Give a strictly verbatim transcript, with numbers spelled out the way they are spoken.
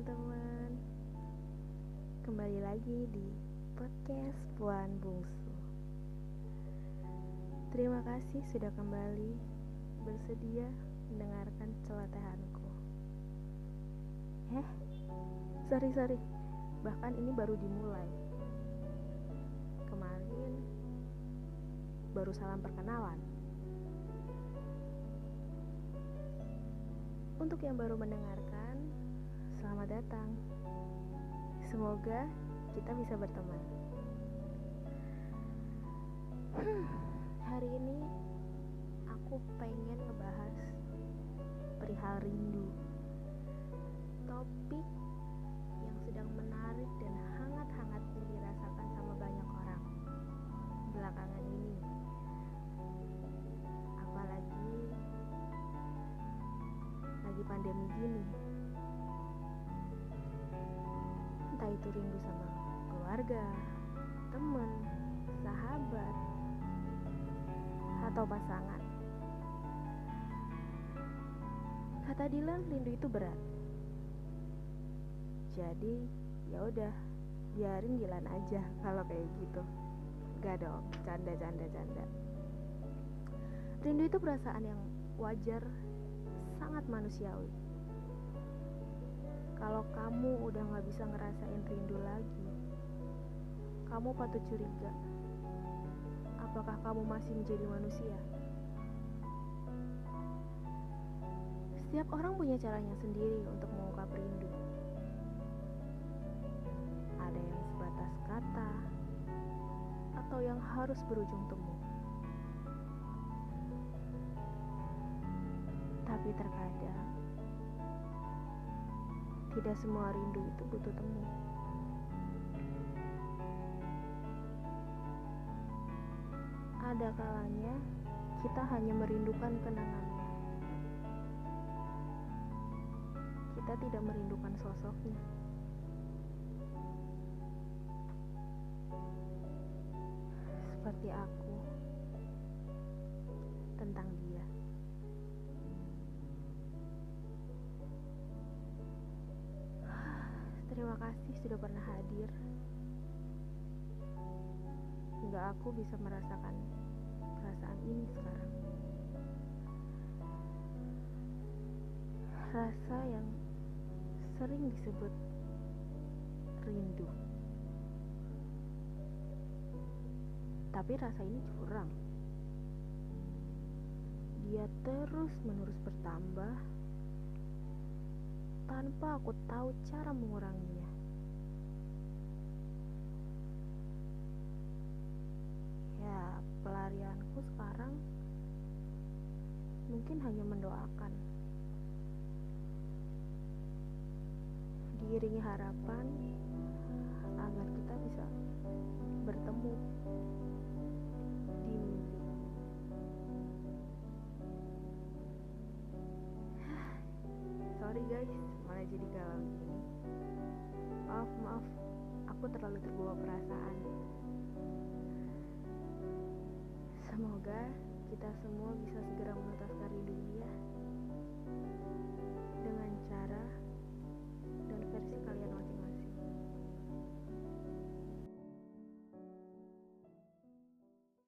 teman-teman, kembali lagi di podcast Puan Bungsu. Terima kasih sudah kembali bersedia mendengarkan celotehanku. Eh, sorry sorry, bahkan ini baru dimulai. Kemarin baru salam perkenalan. Untuk yang baru mendengarkan, selamat datang. Semoga kita bisa berteman. Hmm, hari ini aku pengen ngebahas perihal rindu. Topik yang sedang menarik dan hangat-hangatnya dirasakan sama banyak orang belakangan ini. Apalagi lagi pandemi gini. Entah itu rindu sama keluarga, teman, sahabat, atau pasangan. Kata Dilan, rindu itu berat. Jadi, ya udah, biarin Dilan aja kalau kayak gitu. Gak dong, canda canda canda. Rindu itu perasaan yang wajar, sangat manusiawi. Kalau kamu udah gak bisa ngerasain rindu lagi, kamu patut curiga. Apakah kamu masih menjadi manusia? Setiap orang punya caranya sendiri untuk mengungkap rindu. Ada yang sebatas kata, atau yang harus berujung temu. Tapi terkadang tidak semua rindu itu butuh temu. Ada kalanya kita hanya merindukan kenangannya. Kita tidak merindukan sosoknya. Seperti aku tentang dia. Terima kasih sudah pernah hadir hingga aku bisa merasakan perasaan ini sekarang. Rasa yang sering disebut rindu. Tapi rasa ini curang. Dia terus-menerus bertambah tanpa aku tahu cara menguranginya. Ya, pelarianku sekarang mungkin hanya mendoakan. Diiringi harapan agar kita bisa bertemu di mimpi. Sorry guys, malah jadi galau gini. Maaf, maaf, aku terlalu terbawa perasaan. Semoga kita semua bisa segera menuntaskan rindu ini ya, dengan cara dan versi kalian